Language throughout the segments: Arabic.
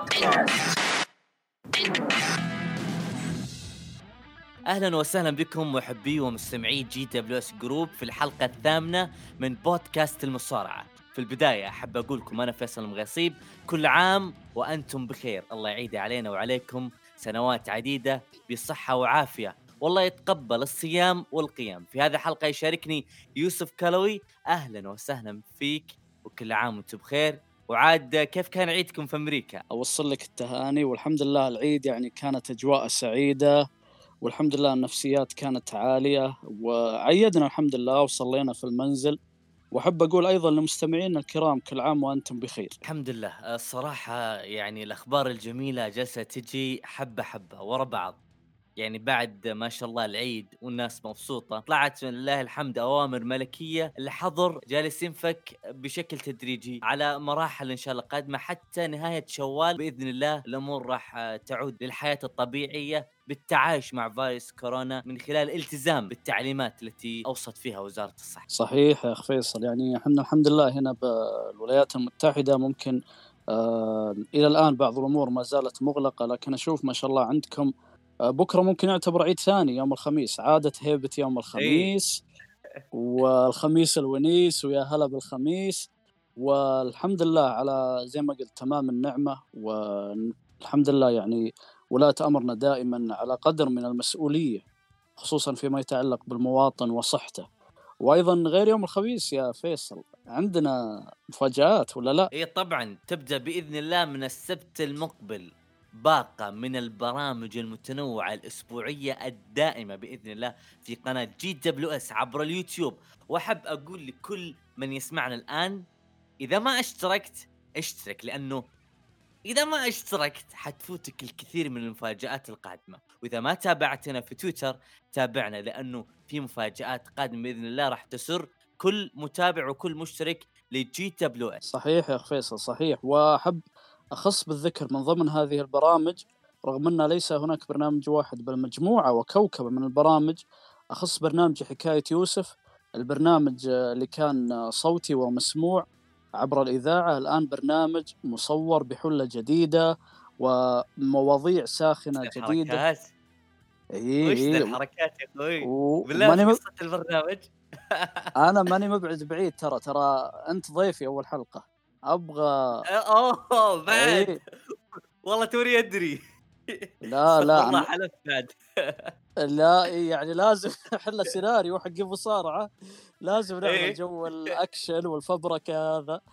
بودكاست. أهلا وسهلا بكم محبي ومستمعي جي دبليو اس جروب في الحلقة الثامنة من بودكاست المصارعة. في البداية أحب أقول لكم أنا فيصل المغيصيب، كل عام وأنتم بخير، الله يعيد علينا وعليكم سنوات عديدة بصحة وعافية، والله يتقبل الصيام والقيام. في هذه الحلقة يشاركني يوسف كلوي، أهلا وسهلا فيك وكل عام وأنتم بخير. وعاد كيف كان عيدكم في أمريكا؟ أوصل لك التهاني والحمد لله العيد يعني كانت أجواء سعيدة، والحمد لله النفسيات كانت عالية، وعيدنا الحمد لله وصلينا في المنزل. وأحب أقول أيضا لمستمعينا الكرام كل عام وأنتم بخير. الحمد لله. الصراحة يعني الأخبار الجميلة جالسة تجي حبة حبة ورا بعض، يعني بعد ما شاء الله العيد والناس مبسوطة، طلعت لله الحمد أوامر ملكية. الحظر جالس ينفك بشكل تدريجي على مراحل إن شاء الله قادمة، حتى نهاية شوال بإذن الله الأمور راح تعود للحياة الطبيعية بالتعايش مع فيروس كورونا من خلال الالتزام بالتعليمات التي أوصت فيها وزارة الصحة. صحيح يا أخ فيصل، يعني احنا الحمد لله هنا بالولايات المتحدة ممكن إلى الآن بعض الأمور ما زالت مغلقة، لكن أشوف ما شاء الله عندكم بكرة ممكن يعتبر عيد ثاني يوم الخميس، عادة هيبة يوم إيه، الخميس، والخميس الونيس ويا هلا بالخميس. والحمد لله على زي ما قلت تمام النعمة، والحمد لله يعني ولاة أمرنا دائما على قدر من المسؤولية، خصوصا فيما يتعلق بالمواطن وصحته. وأيضا غير يوم الخميس يا فيصل عندنا مفاجآت ولا لا؟ إيه طبعًا، تبدأ بإذن الله من السبت المقبل باقة من البرامج المتنوعة الأسبوعية الدائمة بإذن الله في قناة GWS عبر اليوتيوب. وأحب أقول لكل من يسمعنا الآن، إذا ما اشتركت اشترك، لأنه إذا ما اشتركت حتفوتك الكثير من المفاجآت القادمة. وإذا ما تابعتنا في تويتر تابعنا، لأنه في مفاجآت قادمة بإذن الله راح تسر كل متابع وكل مشترك لGWS. صحيح يا أخ فيصل صحيح، وأحب أخص بالذكر من ضمن هذه البرامج، رغم أن ليس هناك برنامج واحد بل مجموعة وكوكبة من البرامج، أخص برنامج حكاية يوسف، البرنامج اللي كان صوتي ومسموع عبر الإذاعة، الآن برنامج مصور بحلة جديدة ومواضيع وش ساخنة ذا جديدة. الحركات؟ إيه وش ذا إيه الحركات يا أخوي؟ بالله وماني في قصة البرنامج؟ أنا ماني مبعد بعيد، ترى أنت ضيفي أول حلقة أبغى. أوه بعد! إيه والله توني أدري. لا استغفر لا الله أنا حلفت بعد. لا يعني لازم احنا سيناريو حق مصارعة، لازم نعمل إيه. جو الأكشن والفبركة هذا.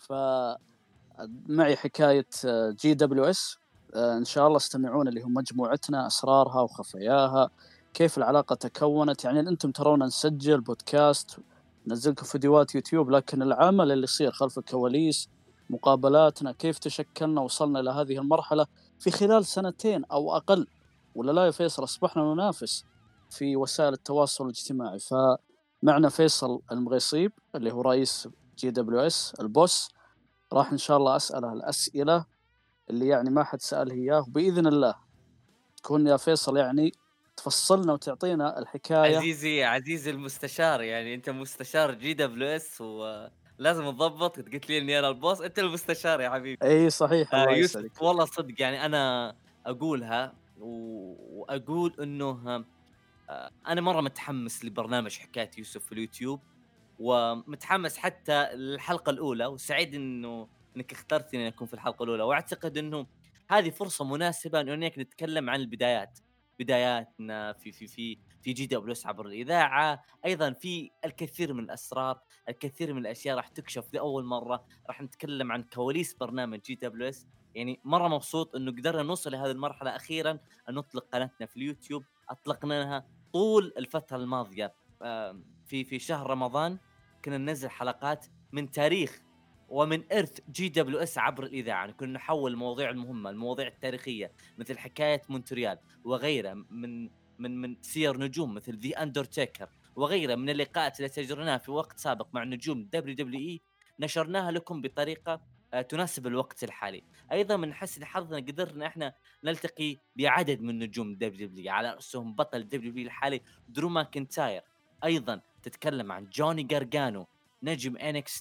فمعي حكاية جي دبليو اس، إن شاء الله استمعون، اللي هم مجموعتنا أسرارها وخفاياها، كيف العلاقة تكونت. يعني أنتم ترون نسجل بودكاست ننزلكم فيديوهات يوتيوب، لكن العمل اللي يصير خلف الكواليس، مقابلاتنا، كيف تشكلنا وصلنا إلى هذه المرحلة في خلال سنتين أو أقل، ولا لا يا فيصل؟ أصبحنا ننافس في وسائل التواصل الاجتماعي. فمعنا فيصل المغيصيب اللي هو رئيس جي دبليو اس البوس، راح إن شاء الله أسأله الأسئلة اللي يعني ما حد سأله إياه، وبإذن الله تكون يا فيصل يعني تفصلنا وتعطينا الحكاية. عزيزي المستشار، يعني أنت مستشار GWS ولازم تضبط. أنت قلت لي إني أنا البوس، أنت المستشار يا حبيبي. أي صحيح، الله يوسف يسعدك. والله صدق، يعني أنا أقولها وأقول إنه أنا مرة متحمس لبرنامج حكاية يوسف في اليوتيوب، ومتحمس حتى للحلقة الأولى، وسعيد إنك اخترتني أن أكون في الحلقة الأولى. وأعتقد إنه هذه فرصة مناسبة إنك نتكلم عن البدايات، بداياتنا في GWS عبر الإذاعة. أيضًا في الكثير من الأسرار، الكثير من الأشياء راح تُكشف لأول مرة. راح نتكلم عن كواليس برنامج GWS. يعني مرة مبسوط إنه قدرنا نوصل لهذه المرحلة أخيرًا، أن نطلق قناتنا في اليوتيوب. أطلقناها طول الفترة الماضية. في شهر رمضان كنا ننزل حلقات من تاريخ ومن إرث GWS عبر الإذاعة. يعني كنا نحول المواضيع المهمة، المواضيع التاريخية، مثل حكاية مونتريال وغيرها، من سير نجوم مثل The Undertaker وغيرها من اللقاءات التي أجريناها في وقت سابق مع نجوم WWE، نشرناها لكم بطريقة تناسب الوقت الحالي. أيضًا من حسن حظنا قدرنا إحنا نلتقي بعدد من نجوم WWE، على رأسهم بطل WWE الحالي درو ماكنتاير. أيضًا تتكلم عن جوني غارغانو نجم NXT،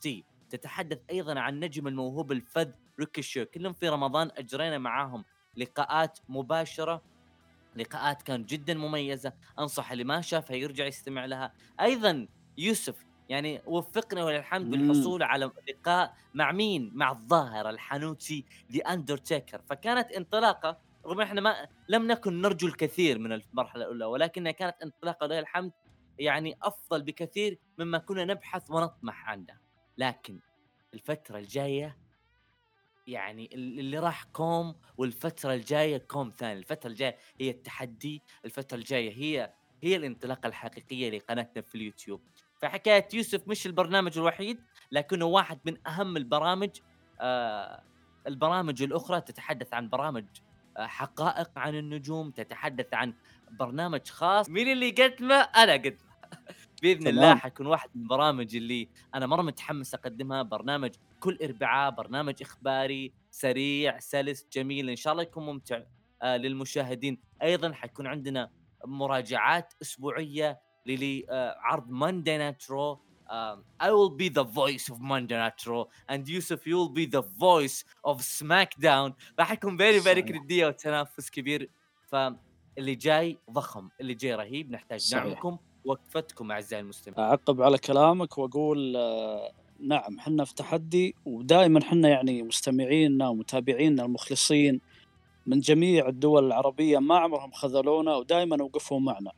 تتحدث أيضًا عن نجم الموهوب الفذ ريكيشي، كلهم في رمضان أجرينا معاهم لقاءات مباشرة، لقاءات كانت جدًا مميزة، أنصح اللي ما شافها يرجع يستمع لها. أيضًا يوسف يعني وفقنا ولله الحمد إمم، بالحصول على لقاء مع مين؟ مع الظاهرة الحانوتي The Undertaker، فكانت انطلاقة رغم إحنا ما لم نكن نرجو الكثير من المرحلة الأولى، ولكنها كانت انطلاقة ولله الحمد يعني أفضل بكثير مما كنا نبحث ونطمح عنه. لكن الفترة الجاية يعني اللي راح كوم والفترة الجاية كوم ثاني، الفترة الجاية هي التحدي، الفترة الجاية هي الانطلاقة الحقيقية لقناتنا في اليوتيوب. فحكاية يوسف مش البرنامج الوحيد، لكنه واحد من أهم البرامج. آآ البرامج الأخرى تتحدث عن برامج حقائق عن النجوم، تتحدث عن برنامج خاص مين اللي يقدمه؟ أنا أقدمه. بإذن الله تمام، حيكون واحد من البرامج اللي أنا مرة متحمس أقدمها، برنامج كل إربعاء، برنامج إخباري سريع سلس جميل، إن شاء الله يكون ممتع للمشاهدين. أيضًا حيكون عندنا مراجعات أسبوعية عرض Monday Night Raw. I will be the voice of Monday Night Raw and Yusuf you will be the voice of SmackDown. فحيكون very صحيح، ندية وتنافس كبير. فاللي جاي ضخم، اللي جاي رهيب، نحتاج صحيح. دعمكم ووقفتكم أعزائي المستمعين. أعقّب على كلامك وأقول نعم، حنا في تحدي ودائمًا حنا يعني مستمعينا ومتابعينا المخلصين من جميع الدول العربية ما عمرهم خذلونا ودايمًا وقفوا معنا.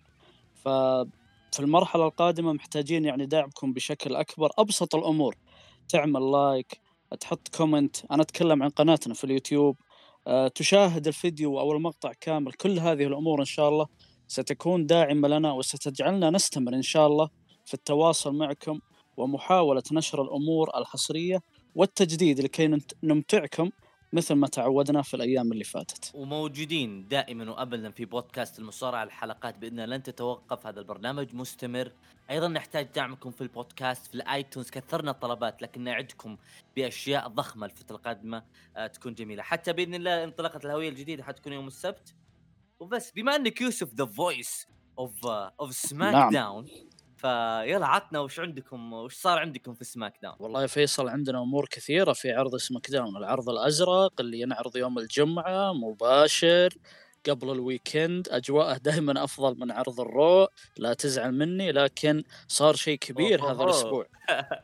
ففي المرحلة القادمة محتاجين يعني دعمكم بشكل أكبر، أبسط الأمور تعمل لايك، تحط كومنت، أنا أتكلم عن قناتنا في اليوتيوب، تشاهد الفيديو أو المقطع كامل، كل هذه الأمور إن شاء الله ستكون داعمة لنا وستجعلنا نستمر إن شاء الله في التواصل معكم ومحاولة نشر الأمور الحصرية والتجديد لكي نمتعكم مثل ما تعودنا في الأيام اللي فاتت. وموجودين دائما وابدا في بودكاست المصارعه، الحلقات باذن الله لن تتوقف، هذا البرنامج مستمر. ايضا نحتاج دعمكم في البودكاست في الايتونز، كثرنا الطلبات لكن نعدكم باشياء ضخمه الفتره القادمه تكون جميله، حتى باذن الله انطلاقه الهويه الجديده حتكون يوم السبت. وبس بما انك يوسف ذا فويس اوف سماك نعم. داون، فيلا عطنا وش عندكم، وش صار عندكم في سماك داون؟ والله يا فيصل عندنا أمور كثيرة في عرض سماك داون، العرض الأزرق اللي ينعرض يوم الجمعة مباشر قبل الويكند، أجواءه دائما أفضل من عرض الرو، لا تزعل مني، لكن صار شيء اوه كبير أوه هذا أوه. الأسبوع.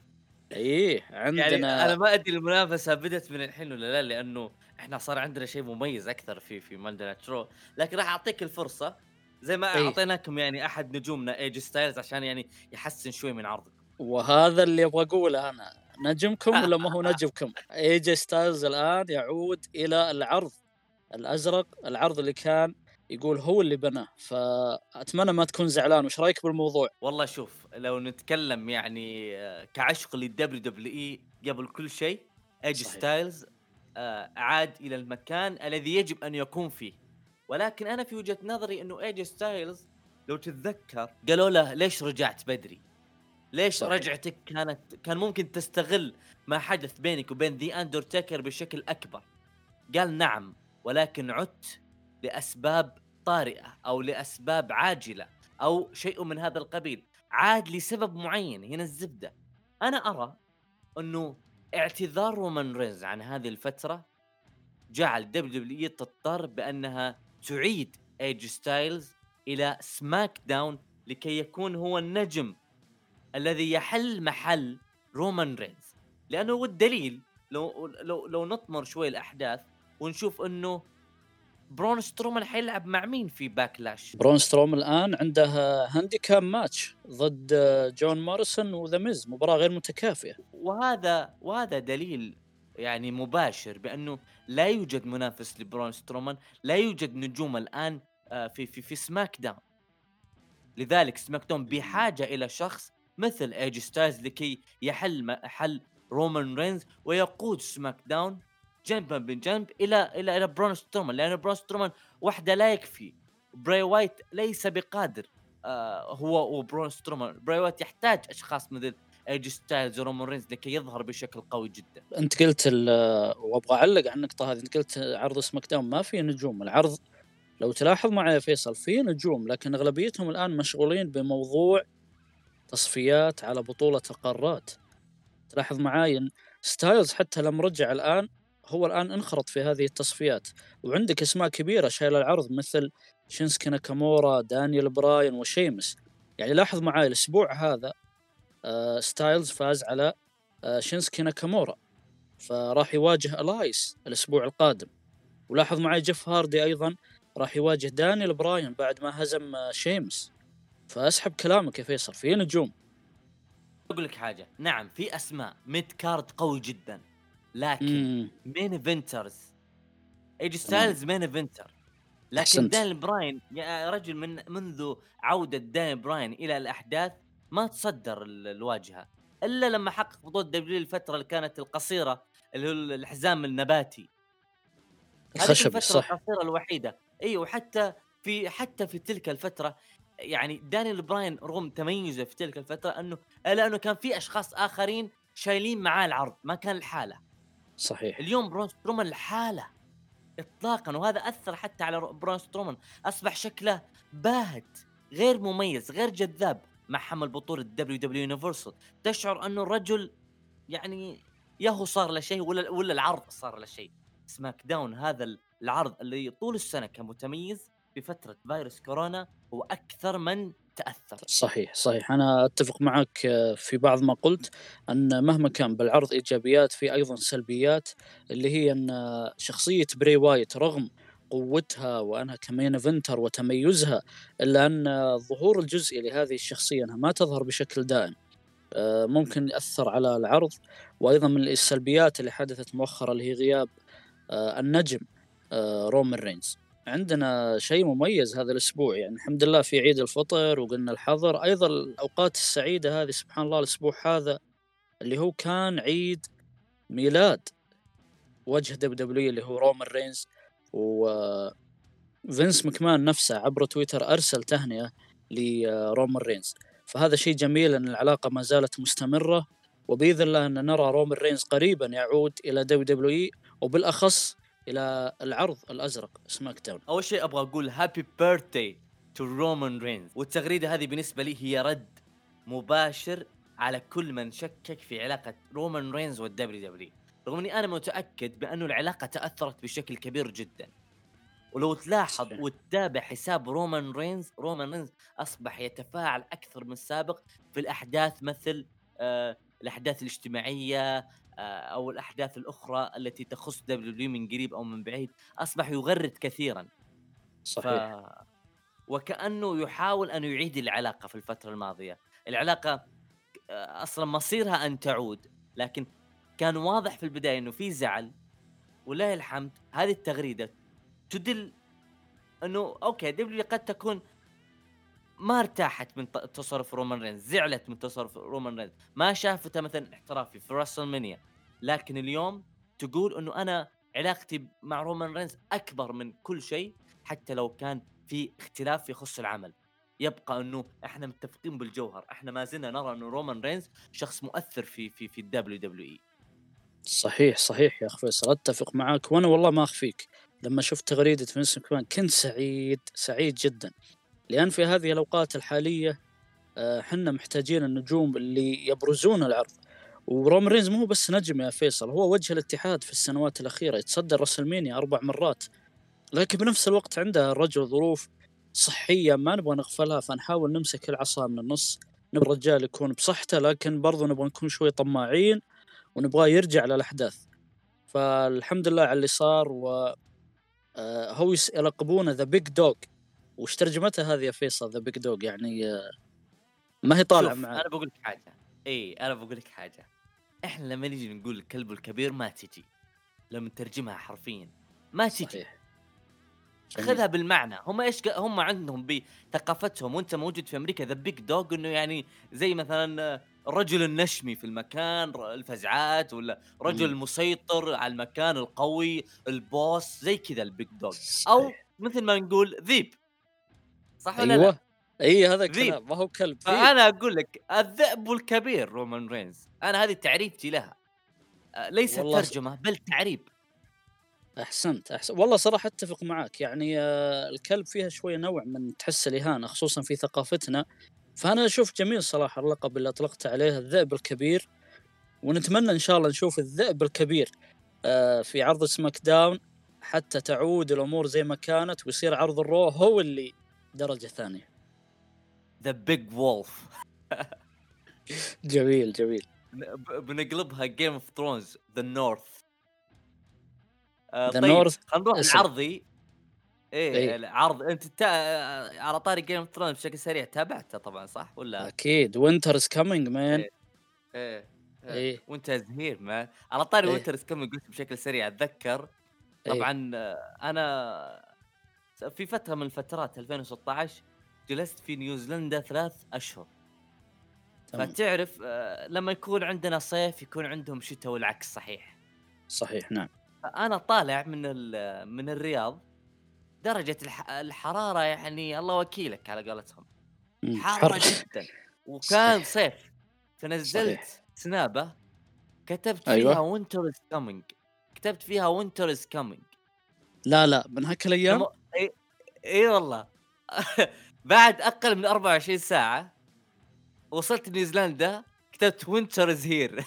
إيه يعني عندنا. أنا ما أدري المنافسة بدأت من الحين والّا لا، لأنه إحنا صار عندنا شيء مميز أكثر في Monday Night Raw، لكن راح أعطيك الفرصة زي ما إيه أعطيناكم يعني أحد نجومنا AJ Styles عشان يعني يحسّن شوي من عرضكم. وهذا اللي أبغى أقوله أنا، نجمكم ولا ما هو نجمكم؟ AJ ستايلز الآن يعود إلى العرض الأزرق، العرض اللي كان يقول هو اللي بناه، فأتمنى ما تكون زعلان، وش رأيك بالموضوع؟ والله شوف، لو نتكلم يعني كعشق للWWE قبل كل شيء، AJ صحيح. Styles عاد إلى المكان الذي يجب أن يكون فيه. ولكن أنا في وجهة نظري إنه AJ Styles لو تتذكر قالوا له: "ليش رجعت بدري؟" ليش صحيح. رجعتك كان ممكن تستغل ما حدث بينك وبين ذا أندرتيكر بشكل أكبر. قال: نعم، ولكن عدت لأسباب طارئة أو لأسباب عاجلة أو شيء من هذا القبيل، عاد لسبب معين. هنا الزبدة، أنا أرى أنه اعتذار رومان رينز عن هذه الفترة جعل WWE تضطر بأنها تعيد ايج ستايلز إلى سماك داون لكي يكون هو النجم الذي يحل محل رومان رينز. لأنه والدليل، لو نطمر شوي الأحداث ونشوف إنه برون سترومان حيلعب مع مين في باكلاش. برون ستروم الآن عنده هانديكام ماتش ضد جون موريسون وذا ميز، مباراة غير متكافئة. وهذا دليل يعني مباشر بأنه لا يوجد منافس لبرون سترومان، لا يوجد نجوم الآن في سماك داون. لذلك سماك داون إمم. بحاجة إلى شخص مثل ايج ستايلز لكي يحل محل رومان رينز ويقود سماك داون جنبا بجنب إلى برون سترومان، لأن برون سترومان وحده لا يكفي. براي وايت ليس بقادر هو وبرون سترومان. براي وايت يحتاج أشخاص مثل ايج ستايلز ورومان رينز لكي يظهر بشكل قوي جدا. أنت قلت وأبغى أعلّق على النقطة هذه، أنت قلت عرض سماك داون ما فيه نجوم، العرض لو تلاحظ معي يا فيصل فيه نجوم، لكن أغلبيتهم الآن مشغولين بموضوع تصفيات على بطولة القارات. تلاحظ معاي إن ستايلز حتى لما رجع الآن، هو الآن انخرط في هذه التصفيات، وعندك أسماء كبيرة شايلة العرض مثل شينسكي ناكامورا، دانيال براين، وشيمس. يعني لاحظ معاي الأسبوع هذا ستايلز فاز على شينسكي ناكامورا، فراح يواجه ألايس الأسبوع القادم. ولاحظ معي جيف هاردي أيضا راح يواجه دانيال براين بعد ما هزم شيمس. فأسحب كلامك يا فيصل، في نجوم. أقول لك حاجة، نعم في أسماء ميد كارد قوي جدًا، لكن امم مين إيفنترز AJ تمام. ستايلز مين إيفنتر، لكن أحسنت. دانيال براين يا رجل منذ عودة دانيال براين إلى الأحداث ما تصدر الواجهة، إلا لمّا حقق بطولة دبليو الفترة اللي كانت القصيرة، اللي هو الحزام النباتي. هذيك الخشبي الفترة صح. القصيرة الوحيدة، أيوه حتى في تلك الفترة يعني دانيال براين رغم تميزه في تلك الفترة إلا إنه كان في أشخاص آخرين شايلين معاه العرض، ما كان لحاله. صحيح. اليوم برون سترومان لحاله إطلاقًا، وهذا أثّر حتى على برون سترومان، أصبح شكله باهت، غير مميز، غير جذاب مع حمل بطولة WWE Universal. تشعر إنه الرجل يعني يا هو صار لا شيء ولا العرض صار لا شيء. سماك داون هذا العرض اللي طول السنة كان متميز، في فترة فيروس كورونا هو أكثر من تأثّر. صحيح، صحيح. أنا أتفق معك في بعض ما قلت، أن مهما كان بالعرض إيجابيات في أيضا سلبيات، اللي هي أن شخصية بري وايت رغم قوتها وأنها كمين ايفنتر وتميزها، إلا أن الظهور الجزئي لهذه الشخصية أنها ما تظهر بشكل دائم ممكن يأثر على العرض. وأيضا من السلبيات اللي حدثت مؤخرا اللي هي غياب النجم رومان رينز. عندنا شيء مميز هذا الأسبوع، يعني الحمد لله في عيد الفطر وقلنا الحظر، أيضا الأوقات السعيدة هذه سبحان الله الأسبوع هذا اللي هو كان عيد ميلاد وجه دبليو اللي هو رومان رينز. وفينس مكمان نفسه عبر تويتر أرسل تهنئة لرومان رينز. فهذا شيء جميل أن العلاقة ما زالت مستمرة، وبإذن الله أن نرى رومان رينز قريبا يعود إلى دبليو، وبالأخص إلى العرض الأزرق سماك داون. أول شيء أبغى أقول happy birthday to Roman Reigns، والتغريدة هذه بالنسبة لي هي رد مباشر على كل من شكك في علاقة رومان رينز والWWE، رغم إني أنا متأكد بأنه العلاقة تأثّرت بشكل كبير جدًا. ولو تلاحظ صحيح. وتتابع حساب رومان رينز أصبح يتفاعل أكثر من السابق في الأحداث، مثل الأحداث الاجتماعية أو الأحداث الأخرى التي تخص WWE من قريب أو من بعيد، أصبح يغرد كثيرًا. ف صحيح. وكأنه يحاول أن يعيد العلاقة في الفترة الماضية. العلاقة أصلًا مصيرها أن تعود، لكن كان واضح في البداية إنه في زعل، ولله الحمد هذه التغريدة تدل إنه أوكي دبليو قد تكون ما ارتاحت من تصرف رومان رينز، زعلت من تصرف رومان رينز، ما شافته مثلًا احترافي في WrestleMania، لكن اليوم تقول إنه أنا علاقتي مع رومان رينز أكبر من كل شيء، حتى لو كان في اختلاف يخص العمل. يبقى إنه إحنا متفقين بالجوهر، إحنا ما زلنا نرى إنه رومان رينز شخص مؤثر في الWWE. صحيح، صحيح يا أخ فيصل، أتفق معاك. وأنا والله ما أخفيك، لما شفت تغريدة فينس ماكمان كنت سعيد، سعيد جدا، لأن في هذه الأوقات الحالية حنا محتاجين النجوم اللي يبرزون العرض. ورومان رينز مو بس نجم يا فيصل، هو وجه الاتحاد في السنوات الأخيرة، يتصدر رسلمانيا 4 مرات، لكن بنفس الوقت عنده الرجل ظروف صحية ما نبغى نغفلها، فنحاول نمسك العصا من النص. نبغى الرجال يكون بصحته، لكن برضو نبغى نكون شوي طماعين ونبغاه يرجع للأحداث. فالحمد لله على اللي صار. و هو يلقبونه ذا بيج دوغ. وش ترجمتها هذه يا فيصل ذا بيج دوغ؟ يعني ما هي طالعة شوف معاي. أنا باقول لك حاجة، أنا باقول لك حاجة، إحنا لمّا نيجي نقول الكلب الكبير ما تجي، لمّا نترجمها حرفيًا ما تجي. صحيح. جميل. خذها بالمعنى، هم إيش هم عندهم بثقافتهم وأنت موجود في أمريكا the big dog إنه يعني زي مثلًا الرجل النشمي في المكان، الفزعات والّا رجل إمم. المسيطر على المكان القوي، الboss زي كذا الbig dog، أو صحيح. مثل ما نقول ذيب، صح والّا أيوه. لأ؟ هذا ذيب. كلام، ما هو كلب، ذيب. فأنا أقول لك الذئب الكبير رومان رينز، أنا هذه تعريفتي لها، ليس والله ترجمة بل تعريب. أحسنت، والله صراحة أتفق معاك. يعني الكلب فيها شوية نوع من تحس الإهانة خصوصًا في ثقافتنا. فأنا أشوف جميل صراحة اللقب اللي أطلقت عليه الذئب الكبير. ونتمنى إن شاء الله نشوف الذئب الكبير في عرض سماك داون، حتى تعود الأمور زي ما كانت ويصير عرض الرو هو اللي درجة ثانية. ذا بيج وولف. جميل جميل. بنقلبها جيم اوف ثرونز ذا نورث. ذا طيب نورث خلينا نروح اسم. العرضي. ايه اي العرض انت على طاري جيم اوف ثرونز بشكل سريع تابعته طبعا صح ولا؟ اكيد وينتر از كامينج مان. ايه ايه ايه وانت زهير ما على طاري ايه وينتر كم قلت بشكل سريع اتذكر. ايه طبعا انا في فتره من الفترات 2016 جلست في نيوزيلندا 3 اشهر. تمام فتعرف لما يكون عندنا صيف يكون عندهم شتاء والعكس صحيح. صحيح نعم. انا طالع من الرياض، درجة الحرارة يعني الله وكيلك على قولتهم، حر. حارة جدا وكان صحيح صيف. صحيح. فنزلت سنابة كتبت ايوه. فيها winter is coming، كتبت فيها winter is coming. لا لا من هاك الايام. لما اي والله بعد اقل من 24 ساعة وصلت نيوزيلندا كتبت winter is here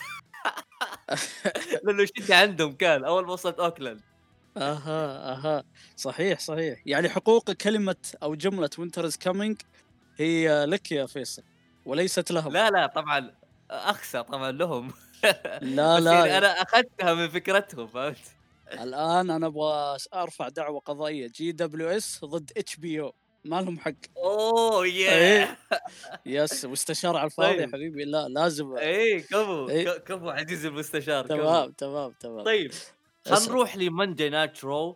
لانه الشتاء عندهم كان اول ما وصلت اوكلاند. اها اها صحيح صحيح، يعني حقوق كلمة او جملة وينتر از كامينج هي لك يا فيصل وليست لهم. لا طبعا اخسى طبعا لهم لا بس يعني لا انا اخذتها من فكرتهم فهمت. الان انا ابغى ارفع دعوة قضائية جي دبليو اس ضد اتش بي او، ما لهم حق. اوه ايه ياه. يس واستشار على الفاضي يا طيب حبيبي، لا لازم. ايه كفو ايه كفو عزيزي المستشار كفو. تمام تمام تمام. طيب خلينا اسأل. نروح لماندي نايت رو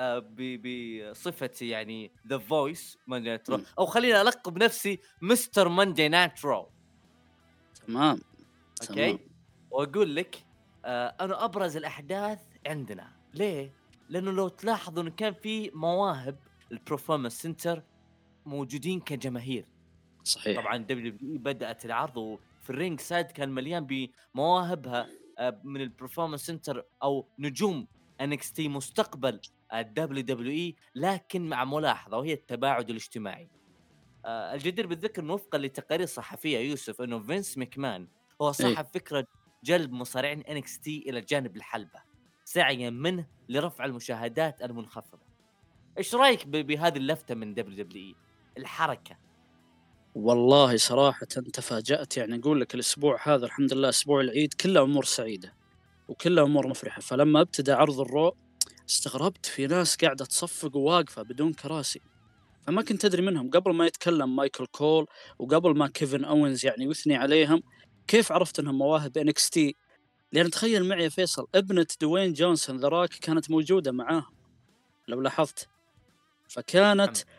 بصفتي يعني ذا فويس ماندي نايت رو، مم. او خليني القب نفسي مستر ماندي نايت رو. تمام تمام. اوكي واقول لك انا ابرز الاحداث عندنا ليه؟ لانه لو تلاحظوا انه كان في مواهب البرفورمانس سنتر موجودين كجماهير. صحيح طبعا دبليو دبليو بدات العرض وفي الرينج سايد كان مليان بمواهبها من البرفورمانس سنتر او نجوم انكس تي مستقبل الدبليو دبليو اي، لكن مع ملاحظه وهي التباعد الاجتماعي. الجدير بالذكر انه وفقا لتقارير صحفيه يوسف انه فينس ميكمان هو ايه صاحب فكره جلب مصارعين انكس تي الى جانب الحلبه سعيا منه لرفع المشاهدات المنخفضه. ايش رايك بهذه اللفته من دبليو دبليو اي الحركه؟ والله صراحة تفاجأت، يعني أقول لك الأسبوع هذا الحمد لله أسبوع العيد كله أمور سعيدة وكله أمور مفرحة، فلما ابتدى عرض الرو استغربت في ناس قاعدة تصفق وواقفة بدون كراسي، فما كنت أدري منهم قبل ما يتكلم مايكل كول وقبل ما كيفن أوينز يعني يثني عليهم. كيف عرفت أنهم مواهب NXT؟ لأن تخيل معي يا فيصل ابنة دوين جونسون ذا راك كانت موجودة معاهم لو لاحظت، فكانت نعم.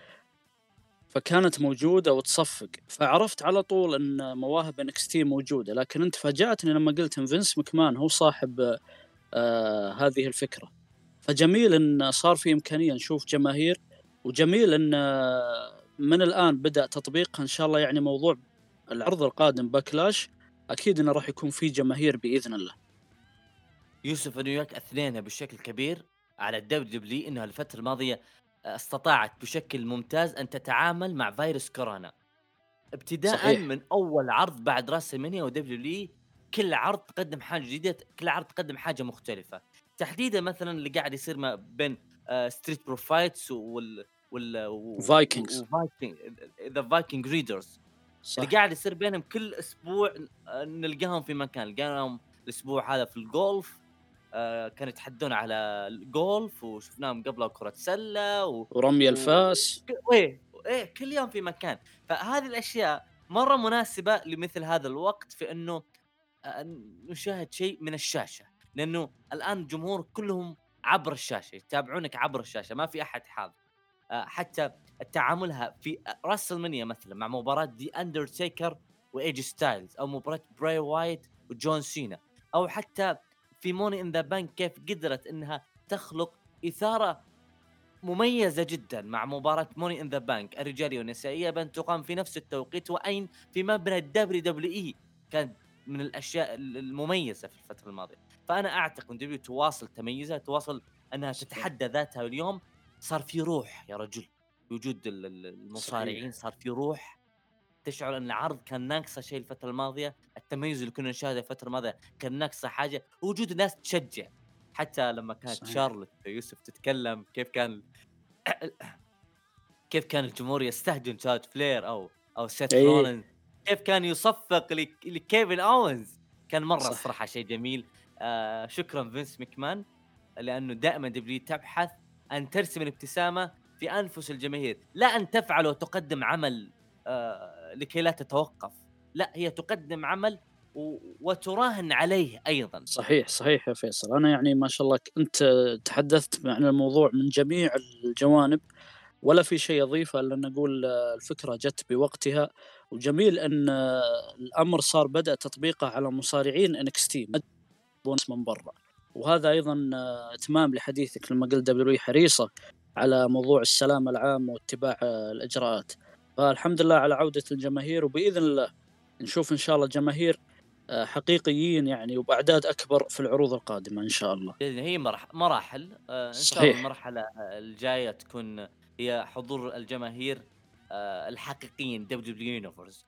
فكانت موجودة وتصفق، فعرفت على طول أن مواهب NXT موجودة. لكن أنت فاجأتني لما قلت أن فينس مكمان هو صاحب هذه الفكرة، فجميل أن صار في إمكانية نشوف جماهير، وجميل أن من الآن بدأ تطبيقها إن شاء الله. يعني موضوع العرض القادم باكلاش أكيد أنه راح يكون فيه جماهير بإذن الله. يوسف نيويورك اثنينها بشكل كبير على الدبليو دبليو انها الفتره الماضيه استطاعت بشكل ممتاز ان تتعامل مع فيروس كورونا ابتداء صحيح من اول عرض بعد راسلمانيا ودبليو دبليو. كل عرض تقدم حاجه جديده، كل عرض تقدم حاجه مختلفه. تحديدا مثلا اللي قاعد يصير ما بين ستريت بروفايتس فايكنجز وفايكنج ذا فايكنج ريدرز اللي صح. قاعد يصير بينهم كل اسبوع. نلقاهم في مكان، لقاهم الاسبوع هذا في الجولف. كانوا يتحدون على الجولف وشفناهم قبله كرة سلة ورمي و... الفاس. ايه كل يوم في مكان. فهذه الاشياء مرة مناسبة لمثل هذا الوقت في انه نشاهد شيء من الشاشة، لانه الان الجمهور كلهم عبر الشاشة يتابعونك عبر الشاشة، ما في احد حاضر. حتى تعاملها في راسلمانيا مثلا مع مباراة دي اندرتيكر وايج ستايلز، او مباراة براي وايت وجون سينا، او حتى في موني ان ذا بانك كيف قدرت انها تخلق اثاره مميزه جدا مع مباراه موني ان ذا بانك الرجاليه والنسائيه بان تقام في نفس التوقيت واين في مبنى الدبليو دبليو اي. كانت من الاشياء المميزه في الفتره الماضيه. فانا اعتقد ان دبليو تواصل تميزها، تواصل انها صحيح تتحدى ذاتها. اليوم صار في روح يا رجل، وجود صحيح المصارعين صار في روح تشعر أن العرض كان ناقصه شيء الفترة الماضية، التميز اللي كنا نشاهده الفترة الماضية كان ناقصه حاجة، وجود ناس تشجع. حتى لما كانت صحيح. شارلوت يوسف تتكلم كيف كان الجمهور يستهجن شارلوت فلير أو سيث اي رولينز، كيف كان يصفق لكيفن أوينز، كان مرة صح. الصراحة شيء جميل. شكرا فينس ميكمان، لأنه دائما دبليو تبحث أن ترسم الابتسامة في أنفس الجماهير، لا أن تفعل وتقدم عمل لكي لا تتوقف، لا هي تقدم عمل وتراهن عليه أيضا. صحيح، صحيح يا فيصل. أنا يعني ما شاء الله أنت تحدثت عن الموضوع من جميع الجوانب، ولا في شيء أضيفه إلا أن أقول الفكرة جت بوقتها، وجميل أن الأمر صار بدأ تطبيقه على مصارعين NXT من برا. وهذا أيضا إتمام لحديثك لما قلت WWE حريصة على موضوع السلامة العامة واتباع الإجراءات. فالحمد لله على عودة الجماهير، وبإذن الله نشوف إن شاء الله جماهير حقيقيين يعني وبأعداد أكبر في العروض القادمة إن شاء الله. لأن هي مراحل، إن شاء الله صحيح. المرحلة الجاية تكون هي حضور الجماهير الحقيقيين دبليو يونيفرس.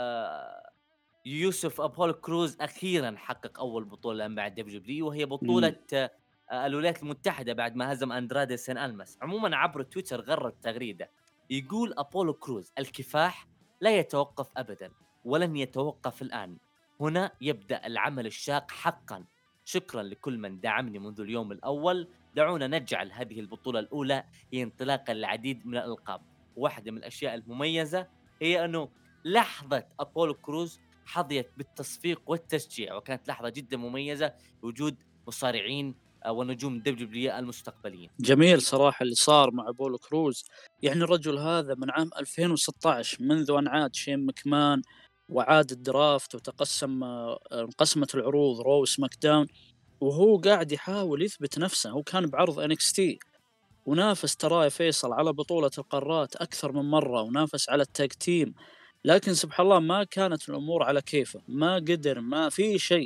يوسف أبولو كروز أخيرا حقق أول بطولة مع دبليو، وهي مم. بطولة الولايات المتحدة بعد ما هزم أندرادي سين ألماس. عموما عبر تويتر غرد تغريدة يقول أبولو كروز: الكفاح لا يتوقف أبدا ولن يتوقف الآن، هنا يبدأ العمل الشاق حقا. شكرا لكل من دعمني منذ اليوم الأول، دعونا نجعل هذه البطولة الأولى هي انطلاقا للعديد من الألقاب. واحدة من الأشياء المميزة هي أنه لحظة أبولو كروز حظيت بالتصفيق والتشجيع، وكانت لحظة جدا مميزة بوجود مصارعين ونجوم دبليو المستقبليين. جميل صراحة اللي صار مع بولو كروز. يعني الرجل هذا من عام 2016 منذ أن عاد شين مكمان وعاد الدرافت وتقسم انقسمت العروض رو سماك داون، وهو قاعد يحاول يثبت نفسه. هو كان بعرض NXT ونافس ترى يا فيصل على بطولة القارات أكثر من مرة، ونافس على التاج تيم، لكن سبحان الله ما كانت الأمور على كيفه، ما قدر، ما في شيء.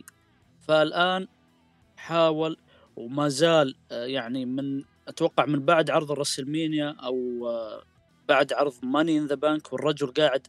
فالآن حاول وما زال يعني من أتوقع من بعد عرض الرسلمينيا أو بعد عرض ماني إن ذا بانك، والرجل قاعد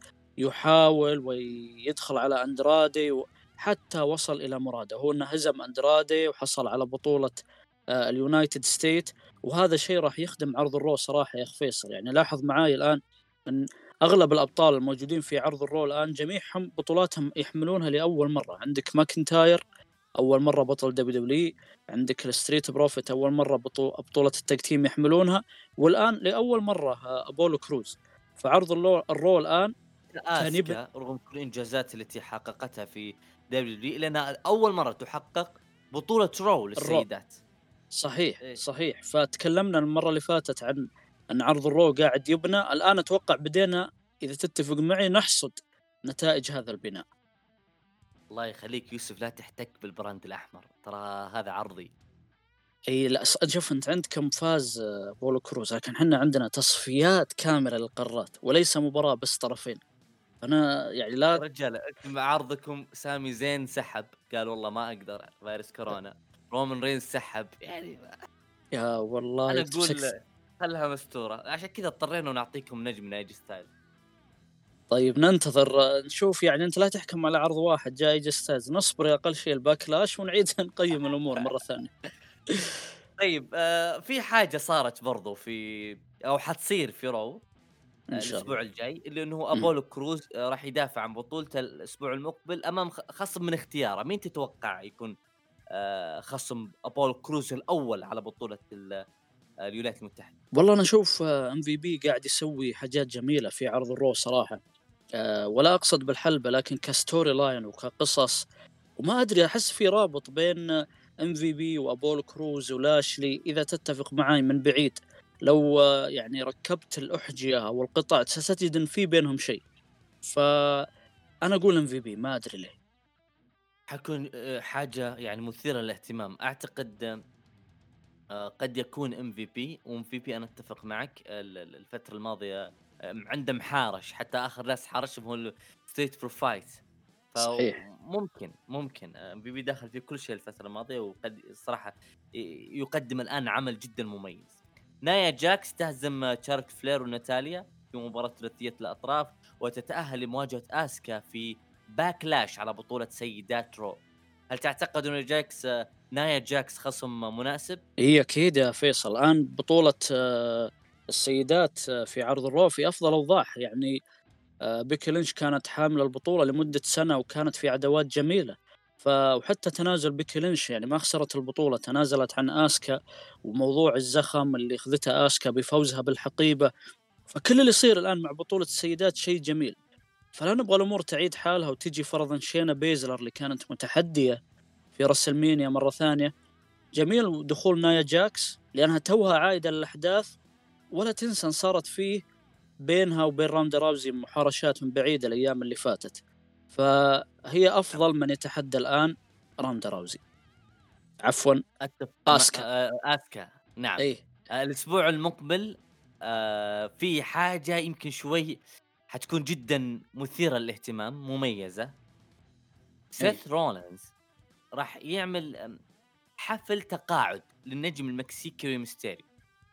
يحاول ويدخل على أندرادي، وحتى وصل إلى مراده هو أنه هزم أندرادي وحصل على بطولة اليونايتد ستيت. وهذا شيء راح يخدم عرض الرو صراحة يا أخ فيصل. يعني لاحظ معاي الآن أن أغلب الأبطال الموجودين في عرض الرو الآن جميعهم بطولاتهم يحملونها لأول مرة. عندك ماكنتاير أول مرة بطل دبليو، عندك الستريت بروفيت أول مرة بطولة التاج تيم يحملونها، والآن لأول مرة أبولو كروز. فعرض الرو الآن كان يبني آسكا رغم كل الإنجازات التي حققتها في دبليو، لأنها أول مرة تحقق بطولة رو الرو. للسيدات. صحيح، إيه. صحيح. فتكلمنا المرة اللي فاتت عن أن عرض الرو قاعد يبنى، الآن أتوقع بدينا إذا تتفق معي نحصد نتائج هذا البناء. الله يخليك يوسف، لا تحتك بالبراند الأحمر، ترى هذا عرضي. اي لا شوف انت عندكم فاز بولو كروز، لكن احنا عندنا تصفيات كاملة للقارات وليس مباراة بس طرفين. انا يعني لا. رجال مع عرضكم سامي زين سحب، قال والله ما أقدر فيروس كورونا. رومان رينز سحب، يعني يا والله أنا تمسكت. أقول خلها مستورة، عشان كذا اضطرينا نعطيكم نجم من ايجي ستايل. طيب ننتظر نشوف. يعني انت لا تحكم على عرض واحد جاي جستاز، نصبر اقل شيء الباكلاش ونعيد نقيم الامور مرة ثانية. طيب في حاجة صارت برضو في أو حتصير في رو ان شاء الأسبوع الله. الجاي، اللي إنه هو مم. أبولو كروز راح يدافع عن بطولته الأسبوع المقبل أمام خصم من اختياره. مين تتوقع يكون خصم أبولو كروز الأول على بطولة الولايات المتحدة؟ والله انا اشوف MVP قاعد يسوي حاجات جميلة في عرض الرو صراحة. ولا اقصد بالحلبة، لكن كستوري لاين وكقصص. وما ادري احس في رابط بين MVP وابولو كروز ولاشلي، اذا تتفق معاي من بعيد. لو يعني ركبت الاحجية او القطع ستجد ان في بينهم شيء. فانا اقول MVP، ما ادري ليه. حكون حاجة يعني مثيرة للاهتمام. أعتقد قد يكون MVP، وMVP أنا أتفق معك. الفترة الماضية عنده محارش، حتى آخر ناس حارشهم هو ستريت فور فايت. صحيح. فممكن MVP دخل في كل شيء الفترة الماضية، وقد الصراحة يقدم الآن عمل جدا مميز. نايا جاكس تهزم تشارك فلير وناتاليا في مباراة ثلاثية الأطراف، وتتأهل لمواجهة آسكا في باكلاش على بطولة سيدات رو. هل تعتقد أن نايا جاكس خصم مناسب؟ هي أكيد يا فيصل، الآن بطولة السيدات في عرض الرو في أفضل أوضاح، يعني بيكي لينش كانت حاملة البطولة لمدة سنة وكانت في عداوات جميلة. وحتى تنازل بيكي لينش يعني ما خسرت البطولة، تنازلت عن آسكا، وموضوع الزخم اللي خذته آسكا بفوزها بالحقيبة. فكل اللي يصير الآن مع بطولة السيدات شيء جميل. فلا نبغى الأمور تعيد حالها وتجي فرضا شينا بيزلر اللي كانت متحدية في رسلمينيا مرة ثانية. جميل دخول نايا جاكس لأنها توها عايدة للأحداث، ولا تنسى صارت فيه بينها وبين راندا راوزي محارشات من بعيد الأيام اللي فاتت. فهي أفضل من يتحدى الآن راندا راوزي، عفوا أتفق آسكا. آسكا، نعم. أي الأسبوع المقبل في حاجة يمكن شوي حتكون جدًا مثيرة للاهتمام، مميزة. أي سيث رولينز راح يعمل حفل تقاعد للنجم المكسيكي ري ميستيريو.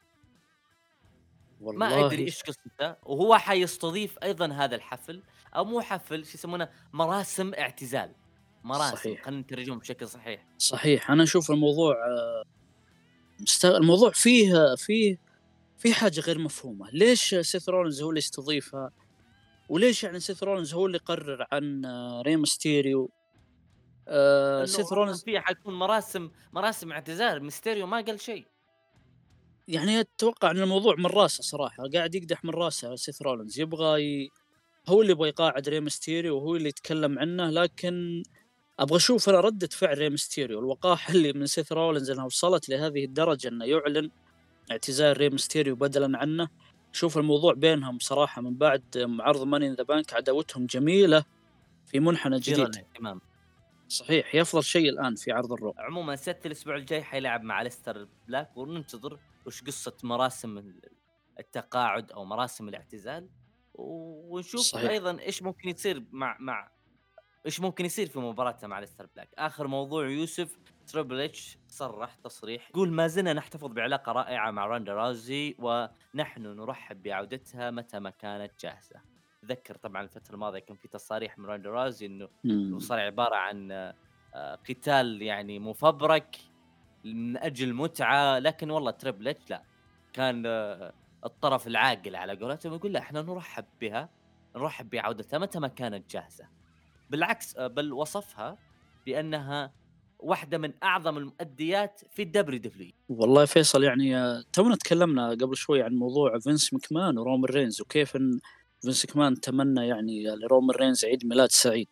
ما أدري والله إيش قصته، وهو حيستضيف أيضًا هذا الحفل، أو مو حفل، شو يسمونه، مراسم اعتزال، مراسم، صحيح، خلينا نترجمها بشكل صحيح. صحيح. أنا أشوف الموضوع الموضوع فيه حاجة غير مفهومة. ليش سيث رولينز هو اللي يستضيفها؟ وليش يعني سيث رولينز هو اللي يقرر عن ري ميستيريو؟ لأنه سيث أصلًا رولينز فيها حتكون مراسم اعتزال، ميستيريو ما قال شيء. يعني أتوقع إن الموضوع من راسه صراحة، قاعد يقدح من راسه سيث رولينز، هو اللي يبغى يقاعد ري ميستيريو وهو اللي يتكلم عنه. لكن أبغى أشوف أنا ردة فعل ري ميستيريو، الوقاحة اللي من سيث رولينز إنها وصلت لهذه الدرجة إنه يعلن اعتزال ري ميستيريو بدلًا عنه. شوف الموضوع بينهم صراحة من بعد عرض ماني إن ذا بانك عداوتهم جميلة في منحنى مثيرة جديد. للاهتمام. صحيح، هي أفضل شيء الآن في عرض الرو. عمومًا سيث الأسبوع الجاي حيلعب مع أليستر بلاك، وننتظر وش قصة مراسم التقاعد أو مراسم الاعتزال، ونشوف صحيح. أيضًا إيش ممكن يصير إيش ممكن يصير في مباراتها مع أليستر بلاك. آخر موضوع يوسف، تريبل إتش صرح تصريح يقول: "ما زلنا نحتفظ بعلاقة رائعة مع راندا راوزي، ونحن نرحب بعودتها متى ما كانت جاهزة." أتذكر طبعًا الفترة الماضية كان في تصاريح من راندا راوزي إنه إمم. المصارعة عبارة عن قتال يعني مفبرك من أجل متعة، لكن والله تريبل إتش لأ، كان الطرف العاقل على قولتهم، يقول: "لأ، إحنا نرحب بها، نرحب بعودتها متى ما كانت جاهزة." بالعكس، بل وصفها بأنها واحدة من أعظم المؤديات في الWWE. والله يا فيصل يعني تونا تكلمنا قبل شوي عن موضوع فينس مكمان ورومان رينز، وكيف إن فينس مكمان تمنى يعني لرومان رينز عيد ميلاد سعيد.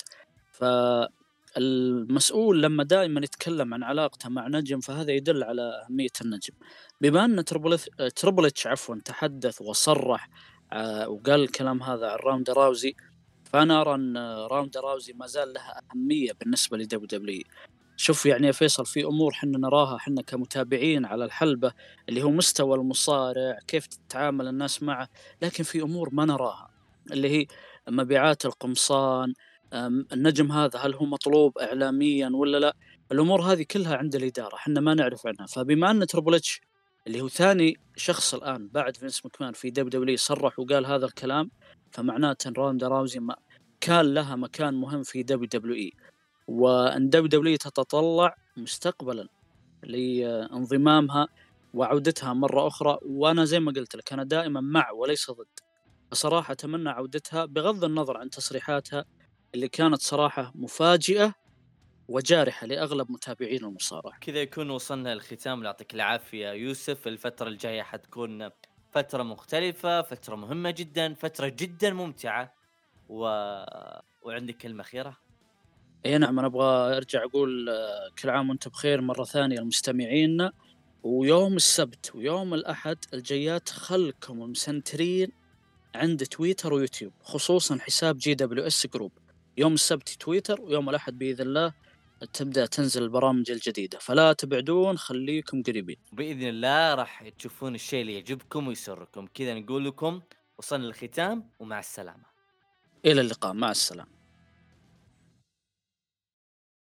فالمسؤول لما دائما يتكلم عن علاقته مع نجم فهذا يدل على أهمية النجم. بما أن تربل اتش عفوا تحدث وصرح وقال الكلام هذا عن راوندا راوزي، فأنا أرى أن راوندا راوزي ما زال لها أهمية بالنسبة لدبليو دبليو. شوف يعني يا فيصل في أمور حنا نراها حنا كمتابعين على الحلبة، اللي هو مستوى المصارع كيف تتعامل الناس معه، لكن في أمور ما نراها اللي هي مبيعات القمصان. النجم هذا هل هو مطلوب إعلاميا ولا لا؟ الأمور هذه كلها عند الإدارة حنا ما نعرف عنها. فبما أن تربل اتش اللي هو ثاني شخص الآن بعد فينس مكمان في دبليو صرح وقال هذا الكلام، فمعناته ان روندا راوزي ما كان لها مكان مهم في دبليو، وأن دبليو تتطلع مستقبلا لانضمامها وعودتها مرة أخرى. وأنا زي ما قلت لك أنا دائما مع وليس ضد. بصراحة أتمنى عودتها بغض النظر عن تصريحاتها اللي كانت صراحة مفاجئة وجارحة لأغلب متابعين المصارعة. كذا يكون وصلنا للختام، يعطيك العافية يوسف. الفترة الجاية حتكون فترة مختلفة، فترة مهمة جدًا، فترة جدًا ممتعة، و وعندك كلمة أخيرة؟ أي نعم، أنا أبغى أرجع أقول كل عام وأنت بخير مرة ثانية لمستمعينا. ويوم السبت ويوم الأحد الجيات خلكم مسنترين عند تويتر ويوتيوب، خصوصا حساب GWS جروب. يوم السبت تويتر ويوم الأحد بإذن الله تبدأ تنزل البرامج الجديدة، فلا تبعدون خليكم قريبين. وبإذن الله راح تشوفون الشيء اللي يعجبكم ويسركم. كذا نقول لكم وصلنا للختام، ومع السلامة. إلى اللقاء، مع السلامة.